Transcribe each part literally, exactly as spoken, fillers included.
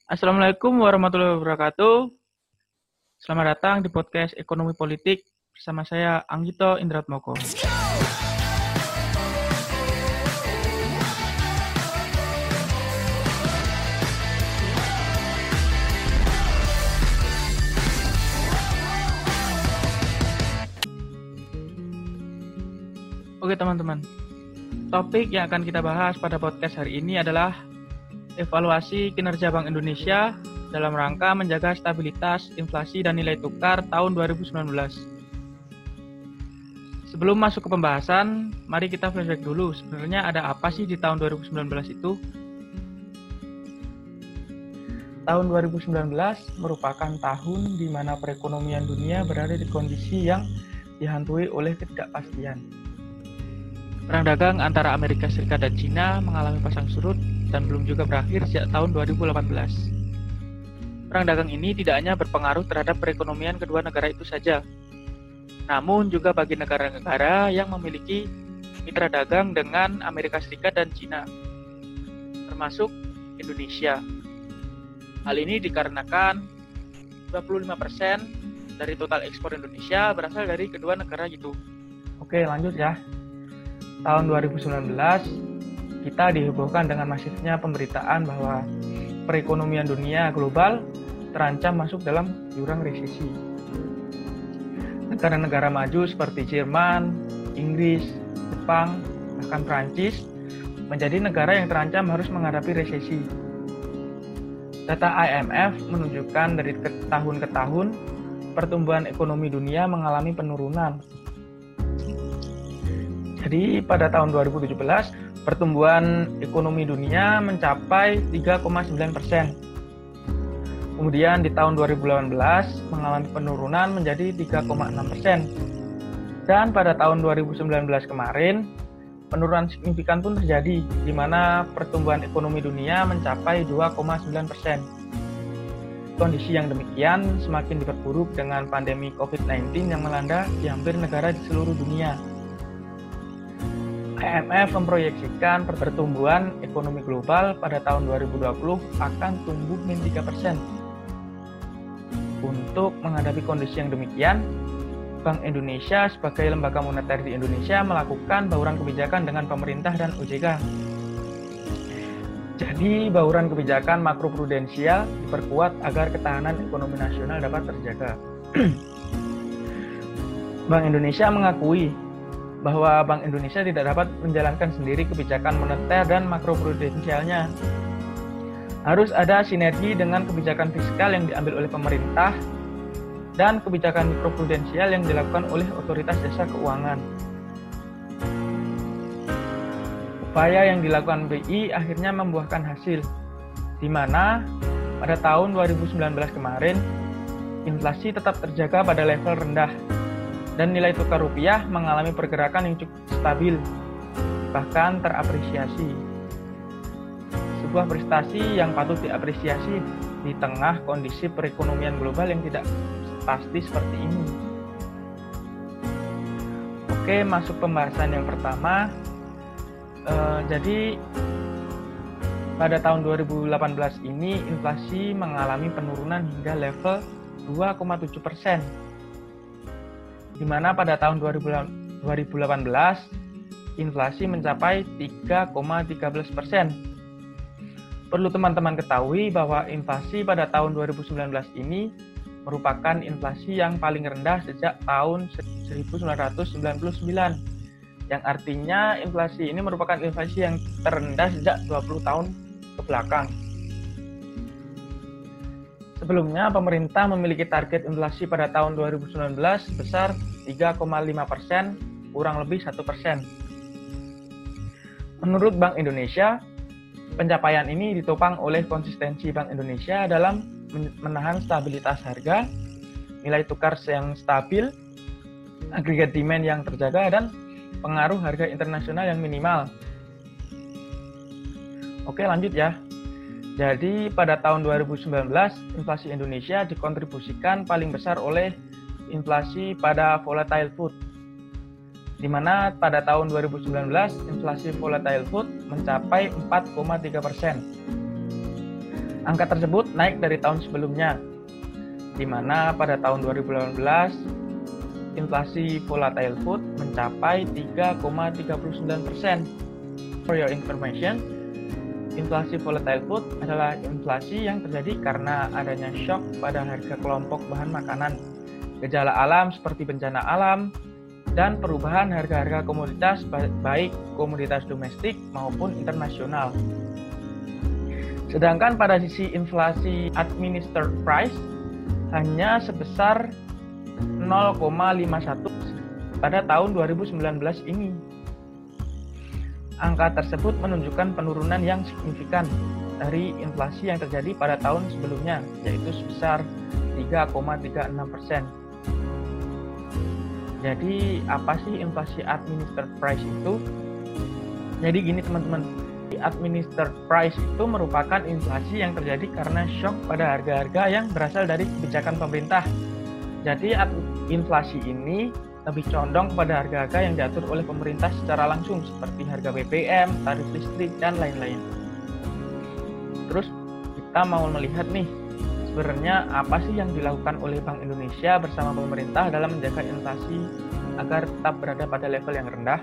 Assalamualaikum warahmatullahi wabarakatuh. Selamat datang di podcast Ekonomi Politik bersama saya Anggito Indratmoko. Oke teman-teman, topik yang akan kita bahas pada podcast hari ini adalah evaluasi kinerja Bank Indonesia dalam rangka menjaga stabilitas inflasi dan nilai tukar tahun dua ribu sembilan belas. Sebelum masuk ke pembahasan, mari kita flashback dulu. Sebenarnya ada apa sih di tahun dua ribu sembilan belas itu? Tahun dua ribu sembilan belas merupakan tahun di mana perekonomian dunia berada di kondisi yang dihantui oleh ketidakpastian. Perang dagang antara Amerika Serikat dan Cina mengalami pasang surut dan belum juga berakhir sejak tahun dua ribu delapan belas. Perang dagang ini tidak hanya berpengaruh terhadap perekonomian kedua negara itu saja, namun juga bagi negara-negara yang memiliki mitra dagang dengan Amerika Serikat dan Cina, termasuk Indonesia. Hal ini dikarenakan dua puluh lima persen dari total ekspor Indonesia berasal dari kedua negara itu. Oke, lanjut ya. Tahun dua ribu sembilan belas kita dihebohkan dengan masifnya pemberitaan bahwa perekonomian dunia global terancam masuk dalam jurang resesi. Negara-negara maju seperti Jerman, Inggris, Jepang, bahkan Prancis menjadi negara yang terancam harus menghadapi resesi. Data I M F menunjukkan dari tahun ke tahun pertumbuhan ekonomi dunia mengalami penurunan. Jadi pada tahun dua ribu tujuh belas, pertumbuhan ekonomi dunia mencapai tiga koma sembilan persen. Kemudian di tahun dua ribu delapan belas mengalami penurunan menjadi tiga koma enam persen. Dan pada tahun dua ribu sembilan belas kemarin, penurunan signifikan pun terjadi, di mana pertumbuhan ekonomi dunia mencapai dua koma sembilan persen. Kondisi yang demikian semakin diperburuk dengan pandemi covid sembilan belas yang melanda di hampir negara di seluruh dunia. I M F memproyeksikan pertumbuhan ekonomi global pada tahun dua ribu dua puluh akan tumbuh min tiga persen. Untuk menghadapi kondisi yang demikian, Bank Indonesia sebagai lembaga moneter di Indonesia melakukan bauran kebijakan dengan pemerintah dan O J K. Jadi, bauran kebijakan makroprudensial diperkuat agar ketahanan ekonomi nasional dapat terjaga. Bank Indonesia mengakui bahwa Bank Indonesia tidak dapat menjalankan sendiri kebijakan moneter dan makroprudensialnya. Harus ada sinergi dengan kebijakan fiskal yang diambil oleh pemerintah dan kebijakan mikroprudensial yang dilakukan oleh otoritas jasa keuangan. Upaya yang dilakukan B I akhirnya membuahkan hasil, di mana pada tahun dua ribu sembilan belas kemarin, inflasi tetap terjaga pada level rendah, dan nilai tukar rupiah mengalami pergerakan yang cukup stabil, bahkan terapresiasi. Sebuah prestasi yang patut diapresiasi di tengah kondisi perekonomian global yang tidak pasti seperti ini. Oke, masuk pembahasan yang pertama. E, jadi, pada tahun dua ribu delapan belas ini, inflasi mengalami penurunan hingga level dua koma tujuh persen. Di mana pada tahun dua ribu delapan belas inflasi mencapai tiga koma tiga belas persen. Perlu teman-teman ketahui bahwa inflasi pada tahun dua ribu sembilan belas ini merupakan inflasi yang paling rendah sejak tahun seribu sembilan ratus sembilan puluh sembilan, yang artinya inflasi ini merupakan inflasi yang terendah sejak dua puluh tahun ke belakang. Sebelumnya, pemerintah memiliki target inflasi pada tahun dua ribu sembilan belas sebesar tiga koma lima persen, kurang lebih satu persen. Menurut Bank Indonesia, pencapaian ini ditopang oleh konsistensi Bank Indonesia dalam menahan stabilitas harga, nilai tukar yang stabil, agregat demand yang terjaga, dan pengaruh harga internasional yang minimal. Oke, lanjut ya. Jadi pada tahun dua ribu sembilan belas, inflasi Indonesia dikontribusikan paling besar oleh inflasi pada volatile food, di mana pada tahun dua ribu sembilan belas inflasi volatile food mencapai empat koma tiga persen. Angka tersebut naik dari tahun sebelumnya, di mana pada tahun dua ribu delapan belas inflasi volatile food mencapai tiga koma tiga sembilan persen. For your information, inflasi volatile food adalah inflasi yang terjadi karena adanya shock pada harga kelompok bahan makanan, gejala alam seperti bencana alam, dan perubahan harga-harga komoditas baik komoditas domestik maupun internasional. Sedangkan pada sisi inflasi administered price hanya sebesar nol koma lima satu pada tahun dua ribu sembilan belas ini. Angka tersebut menunjukkan penurunan yang signifikan dari inflasi yang terjadi pada tahun sebelumnya, yaitu sebesar tiga koma tiga enam persen. Jadi apa sih inflasi administered price itu? Jadi gini teman-teman, administered price itu merupakan inflasi yang terjadi karena shock pada harga-harga yang berasal dari kebijakan pemerintah. Jadi inflasi ini lebih condong kepada harga-harga yang diatur oleh pemerintah secara langsung seperti harga B B M, tarif listrik, dan lain-lain. Terus kita mau melihat nih, sebenarnya apa sih yang dilakukan oleh Bank Indonesia bersama pemerintah dalam menjaga inflasi agar tetap berada pada level yang rendah?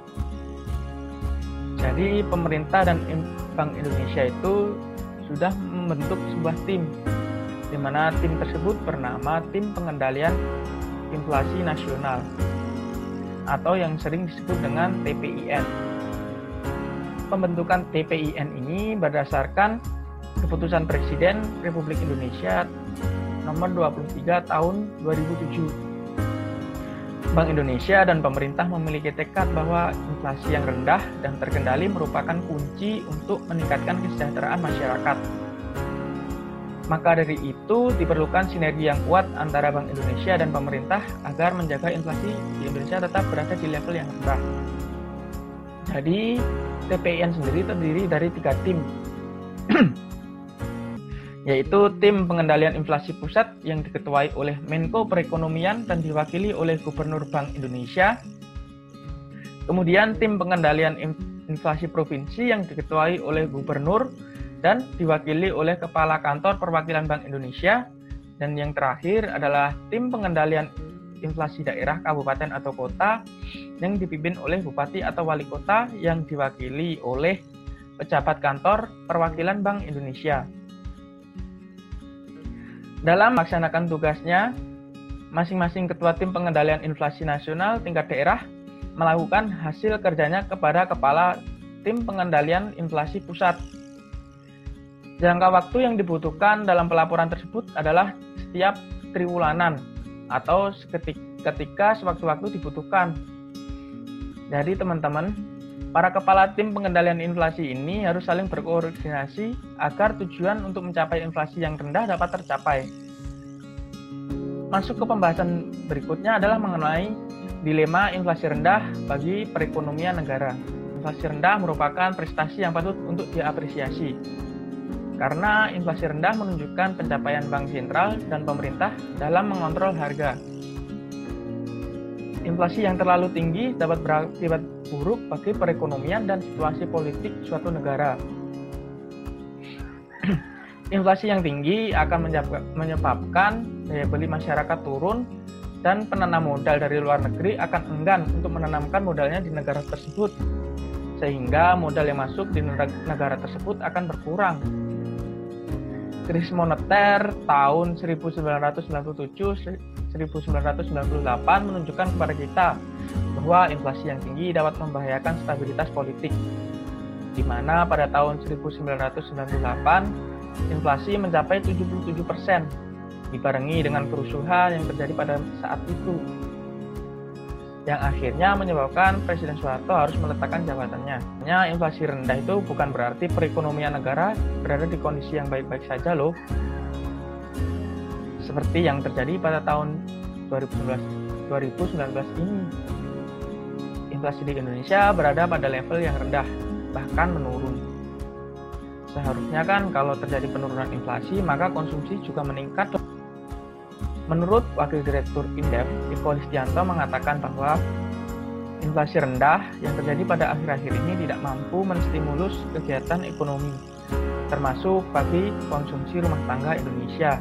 Jadi pemerintah dan Bank Indonesia itu sudah membentuk sebuah tim, di mana tim tersebut bernama Tim Pengendalian Inflasi Nasional atau yang sering disebut dengan T P I N. Pembentukan T P I N ini berdasarkan Keputusan Presiden Republik Indonesia nomor dua puluh tiga tahun dua ribu tujuh. Bank Indonesia dan pemerintah memiliki tekad bahwa inflasi yang rendah dan terkendali merupakan kunci untuk meningkatkan kesejahteraan masyarakat. Maka dari itu diperlukan sinergi yang kuat antara Bank Indonesia dan pemerintah agar menjaga inflasi di Indonesia tetap berada di level yang rendah. Jadi T P I N sendiri terdiri dari tiga tim, yaitu Tim Pengendalian Inflasi Pusat yang diketuai oleh Menko Perekonomian dan diwakili oleh Gubernur Bank Indonesia. Kemudian Tim Pengendalian Inflasi Provinsi yang diketuai oleh Gubernur dan diwakili oleh Kepala Kantor Perwakilan Bank Indonesia. Dan yang terakhir adalah Tim Pengendalian Inflasi Daerah Kabupaten atau Kota yang dipimpin oleh Bupati atau Wali Kota yang diwakili oleh pejabat Kantor Perwakilan Bank Indonesia. Dalam melaksanakan tugasnya, masing-masing ketua tim pengendalian inflasi nasional tingkat daerah melakukan hasil kerjanya kepada kepala tim pengendalian inflasi pusat. Jangka waktu yang dibutuhkan dalam pelaporan tersebut adalah setiap triwulanan atau ketika sewaktu-waktu dibutuhkan. Jadi teman-teman, para kepala tim pengendalian inflasi ini harus saling berkoordinasi agar tujuan untuk mencapai inflasi yang rendah dapat tercapai. Masuk ke pembahasan berikutnya adalah mengenai dilema inflasi rendah bagi perekonomian negara. Inflasi rendah merupakan prestasi yang patut untuk diapresiasi, karena inflasi rendah menunjukkan pencapaian bank sentral dan pemerintah dalam mengontrol harga. Inflasi yang terlalu tinggi dapat berakibat buruk bagi perekonomian dan situasi politik suatu negara. Inflasi yang tinggi akan menyebabkan daya beli masyarakat turun dan penanam modal dari luar negeri akan enggan untuk menanamkan modalnya di negara tersebut, sehingga modal yang masuk di negara tersebut akan berkurang. Krisis moneter tahun seribu sembilan ratus sembilan puluh tujuh sampai seribu sembilan ratus sembilan puluh delapan menunjukkan kepada kita bahwa inflasi yang tinggi dapat membahayakan stabilitas politik, di mana pada tahun seribu sembilan ratus sembilan puluh delapan inflasi mencapai tujuh puluh tujuh persen, dibarengi dengan kerusuhan yang terjadi pada saat itu, yang akhirnya menyebabkan Presiden Soeharto harus meletakkan jabatannya. Hanya inflasi rendah itu bukan berarti perekonomian negara berada di kondisi yang baik-baik saja loh. Seperti yang terjadi pada tahun dua ribu sembilan belas ini. Inflasi di Indonesia berada pada level yang rendah, bahkan menurun. Seharusnya kan kalau terjadi penurunan inflasi, maka konsumsi juga meningkat. Menurut Wakil Direktur Indef, Iko Listianto mengatakan bahwa inflasi rendah yang terjadi pada akhir-akhir ini tidak mampu menstimulus kegiatan ekonomi. termasuk bagi konsumsi rumah tangga Indonesia.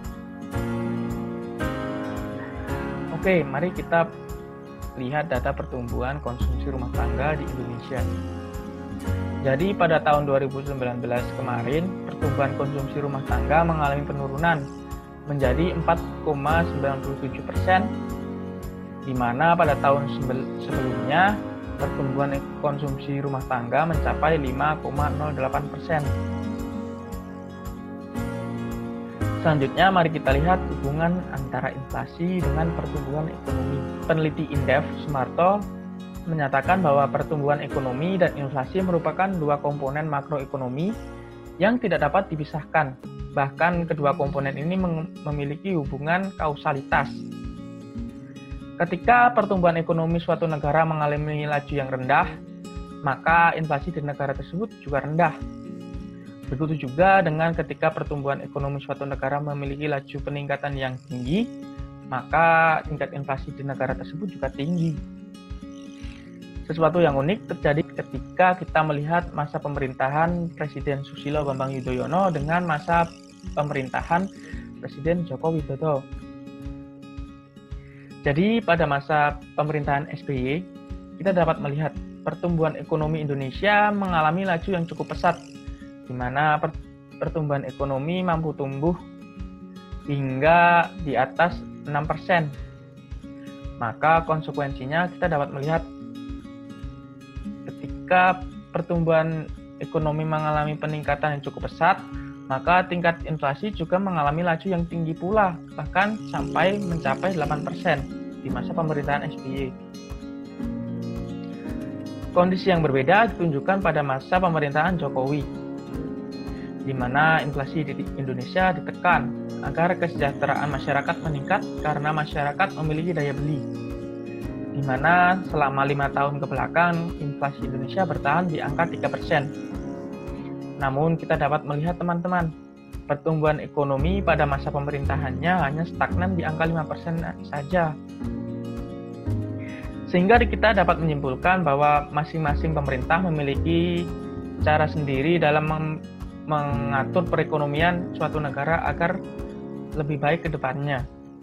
Oke, mari kita lihat data pertumbuhan konsumsi rumah tangga di Indonesia. Jadi pada tahun dua ribu sembilan belas kemarin, pertumbuhan konsumsi rumah tangga mengalami penurunan menjadi empat koma sembilan tujuh persen, di mana pada tahun sebelumnya pertumbuhan konsumsi rumah tangga mencapai lima koma nol delapan persen. Selanjutnya, mari kita lihat hubungan antara inflasi dengan pertumbuhan ekonomi. Peneliti Indef, Sumarto, menyatakan bahwa pertumbuhan ekonomi dan inflasi merupakan dua komponen makroekonomi yang tidak dapat dipisahkan. Bahkan kedua komponen ini memiliki hubungan kausalitas. Ketika pertumbuhan ekonomi suatu negara mengalami laju yang rendah, maka inflasi di negara tersebut juga rendah. Begitu juga dengan ketika pertumbuhan ekonomi suatu negara memiliki laju peningkatan yang tinggi, maka tingkat inflasi di negara tersebut juga tinggi. Sesuatu yang unik terjadi ketika kita melihat masa pemerintahan Presiden Susilo Bambang Yudhoyono dengan masa pemerintahan Presiden Joko Widodo. Jadi pada masa pemerintahan S B Y, kita dapat melihat pertumbuhan ekonomi Indonesia mengalami laju yang cukup pesat, di mana pertumbuhan ekonomi mampu tumbuh hingga di atas enam persen. Maka konsekuensinya kita dapat melihat ketika pertumbuhan ekonomi mengalami peningkatan yang cukup pesat, maka tingkat inflasi juga mengalami laju yang tinggi pula, bahkan sampai mencapai delapan persen di masa pemerintahan S B Y. Kondisi yang berbeda ditunjukkan pada masa pemerintahan Jokowi, di mana inflasi di Indonesia ditekan agar kesejahteraan masyarakat meningkat karena masyarakat memiliki daya beli, di mana selama lima tahun kebelakang inflasi Indonesia bertahan di angka tiga persen. Namun kita dapat melihat teman-teman, pertumbuhan ekonomi pada masa pemerintahannya hanya stagnan di angka lima persen saja. Sehingga kita dapat menyimpulkan bahwa masing-masing pemerintah memiliki cara sendiri dalam mengatur perekonomian suatu negara agar lebih baik ke depannya.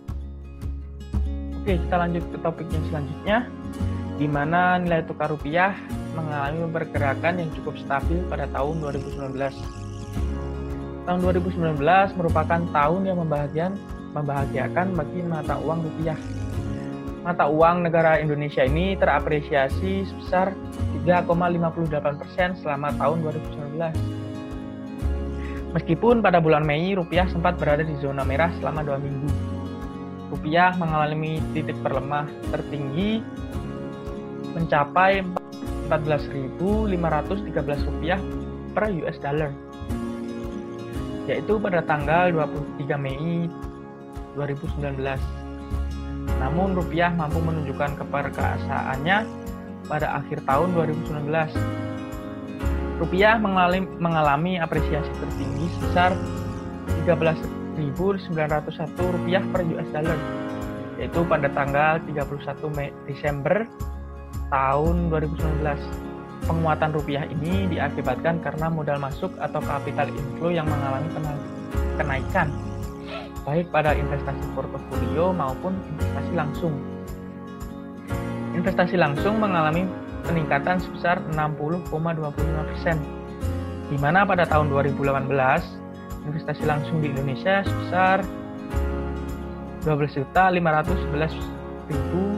Oke, kita lanjut ke topik yang selanjutnya, di mana nilai tukar rupiah mengalami pergerakan yang cukup stabil pada tahun dua ribu sembilan belas. Tahun dua ribu sembilan belas merupakan tahun yang membahagiakan, membahagiakan bagi mata uang rupiah. Mata uang negara Indonesia ini terapresiasi sebesar tiga koma lima delapan persen selama tahun dua ribu sembilan belas. Meskipun pada bulan Mei rupiah sempat berada di zona merah selama dua minggu. Rupiah mengalami titik perlemah tertinggi mencapai empat belas ribu lima ratus tiga belas rupiah per U S dollar, yaitu pada tanggal dua puluh tiga Mei dua ribu sembilan belas. Namun rupiah mampu menunjukkan keperkasaannya pada akhir tahun dua ribu sembilan belas. Rupiah mengalami, mengalami apresiasi tertinggi sebesar tiga belas ribu sembilan ratus satu rupiah per U S dollar, yaitu pada tanggal tiga puluh satu Desember tahun dua ribu sembilan belas. Penguatan rupiah ini diakibatkan karena modal masuk atau capital inflow yang mengalami kenaikan, baik pada investasi portofolio maupun investasi langsung. Investasi langsung mengalami peningkatan sebesar enam puluh koma dua puluh lima persen, di mana pada tahun dua ribu delapan belas investasi langsung di Indonesia sebesar dua belas juta lima ratus sebelas ribu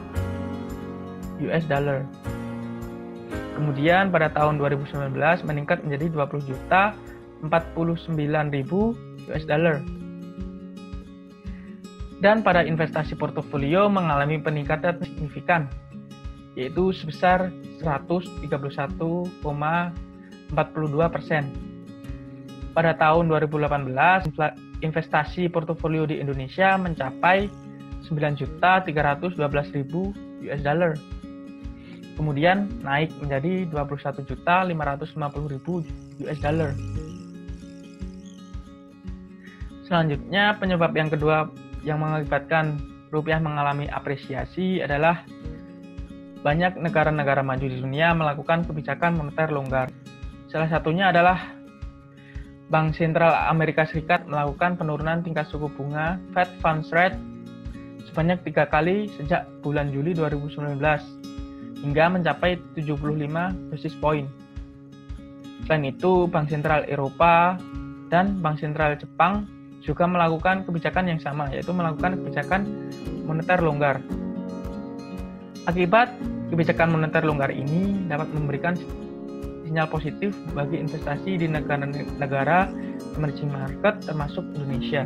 U S dollar. Kemudian pada tahun dua ribu sembilan belas meningkat menjadi dua puluh juta empat puluh sembilan ribu U S dollar. Dan pada investasi portofolio mengalami peningkatan signifikan, yaitu sebesar seratus tiga puluh satu koma empat dua persen. Pada tahun dua ribu delapan belas, investasi portofolio di Indonesia mencapai sembilan juta tiga ratus dua belas ribu U S dollar. Kemudian naik menjadi dua puluh satu juta lima ratus lima puluh ribu U S dollar. Selanjutnya, penyebab yang kedua yang mengakibatkan rupiah mengalami apresiasi adalah banyak negara-negara maju di dunia melakukan kebijakan moneter longgar. Salah satunya adalah Bank Sentral Amerika Serikat melakukan penurunan tingkat suku bunga Fed Funds Rate sebanyak tiga kali sejak bulan Juli dua ribu sembilan belas hingga mencapai tujuh puluh lima basis point. Selain itu, Bank Sentral Eropa dan Bank Sentral Jepang juga melakukan kebijakan yang sama, yaitu melakukan kebijakan moneter longgar. Akibat kebijakan moneter longgar ini dapat memberikan sinyal positif bagi investasi di negara-negara emerging market termasuk Indonesia.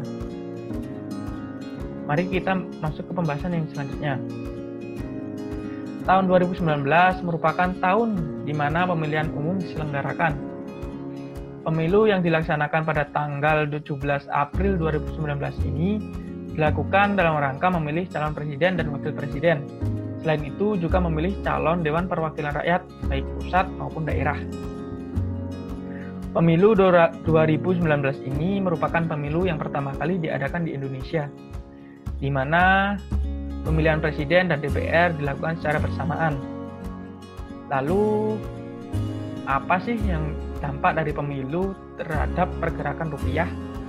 Mari kita masuk ke pembahasan yang selanjutnya. Tahun dua ribu sembilan belas merupakan tahun di mana pemilihan umum diselenggarakan. Pemilu yang dilaksanakan pada tanggal tujuh belas April dua ribu sembilan belas ini dilakukan dalam rangka memilih calon presiden dan wakil presiden. Selain itu juga memilih calon Dewan Perwakilan Rakyat, baik pusat maupun daerah. Pemilu dua ribu sembilan belas ini merupakan pemilu yang pertama kali diadakan di Indonesia, di mana pemilihan presiden dan D P R dilakukan secara bersamaan. Lalu, apa sih yang dampak dari pemilu terhadap pergerakan rupiah?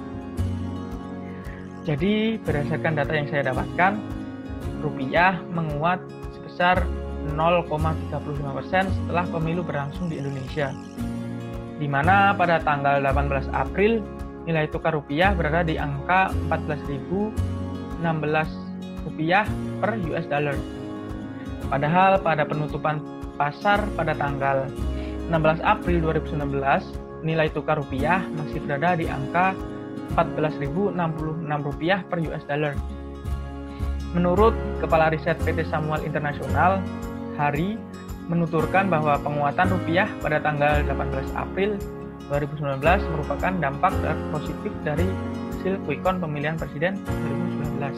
Jadi, berdasarkan data yang saya dapatkan, rupiah menguat sebesar nol koma tiga lima persen setelah pemilu berlangsung di Indonesia, di mana pada tanggal delapan belas April nilai tukar rupiah berada di angka empat belas ribu enam belas rupiah per U S dollar. Padahal pada penutupan pasar pada tanggal enam belas April dua ribu sembilan belas nilai tukar rupiah masih berada di angka empat belas ribu enam puluh enam rupiah per U S dollar. Menurut Kepala Riset P T Samuel International, Hari menuturkan bahwa penguatan rupiah pada tanggal delapan belas April dua ribu sembilan belas merupakan dampak positif dari hasil quick count pemilihan presiden dua ribu sembilan belas.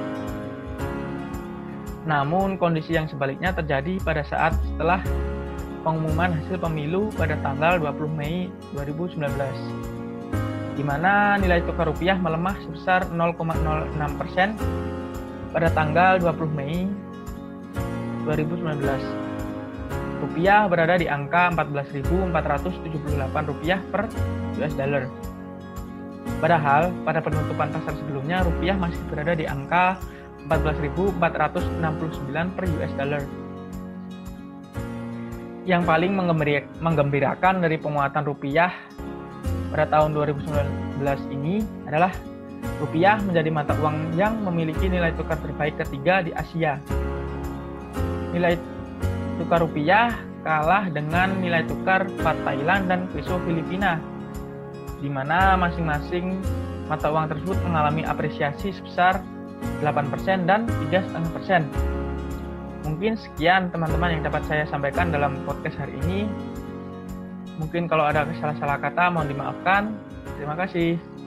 Namun kondisi yang sebaliknya terjadi pada saat setelah pengumuman hasil pemilu pada tanggal dua puluh Mei dua ribu sembilan belas, di mana nilai tukar rupiah melemah sebesar nol koma nol enam persen pada tanggal dua puluh Mei dua ribu sembilan belas. Rupiah berada di angka empat belas ribu empat ratus tujuh puluh delapan rupiah per U S dollar. Padahal pada penutupan pasar sebelumnya rupiah masih berada di angka empat belas ribu empat ratus enam puluh sembilan per U S dollar. Yang paling menggembirakan dari penguatan rupiah pada tahun dua ribu sembilan belas ini adalah rupiah menjadi mata uang yang memiliki nilai tukar terbaik ketiga di Asia. Nilai tukar rupiah kalah dengan nilai tukar baht Thailand dan peso Filipina, di mana masing-masing mata uang tersebut mengalami apresiasi sebesar delapan persen dan tiga koma lima persen. Mungkin sekian teman-teman yang dapat saya sampaikan dalam podcast hari ini. Mungkin kalau ada salah-salah kata mohon dimaafkan. Terima kasih.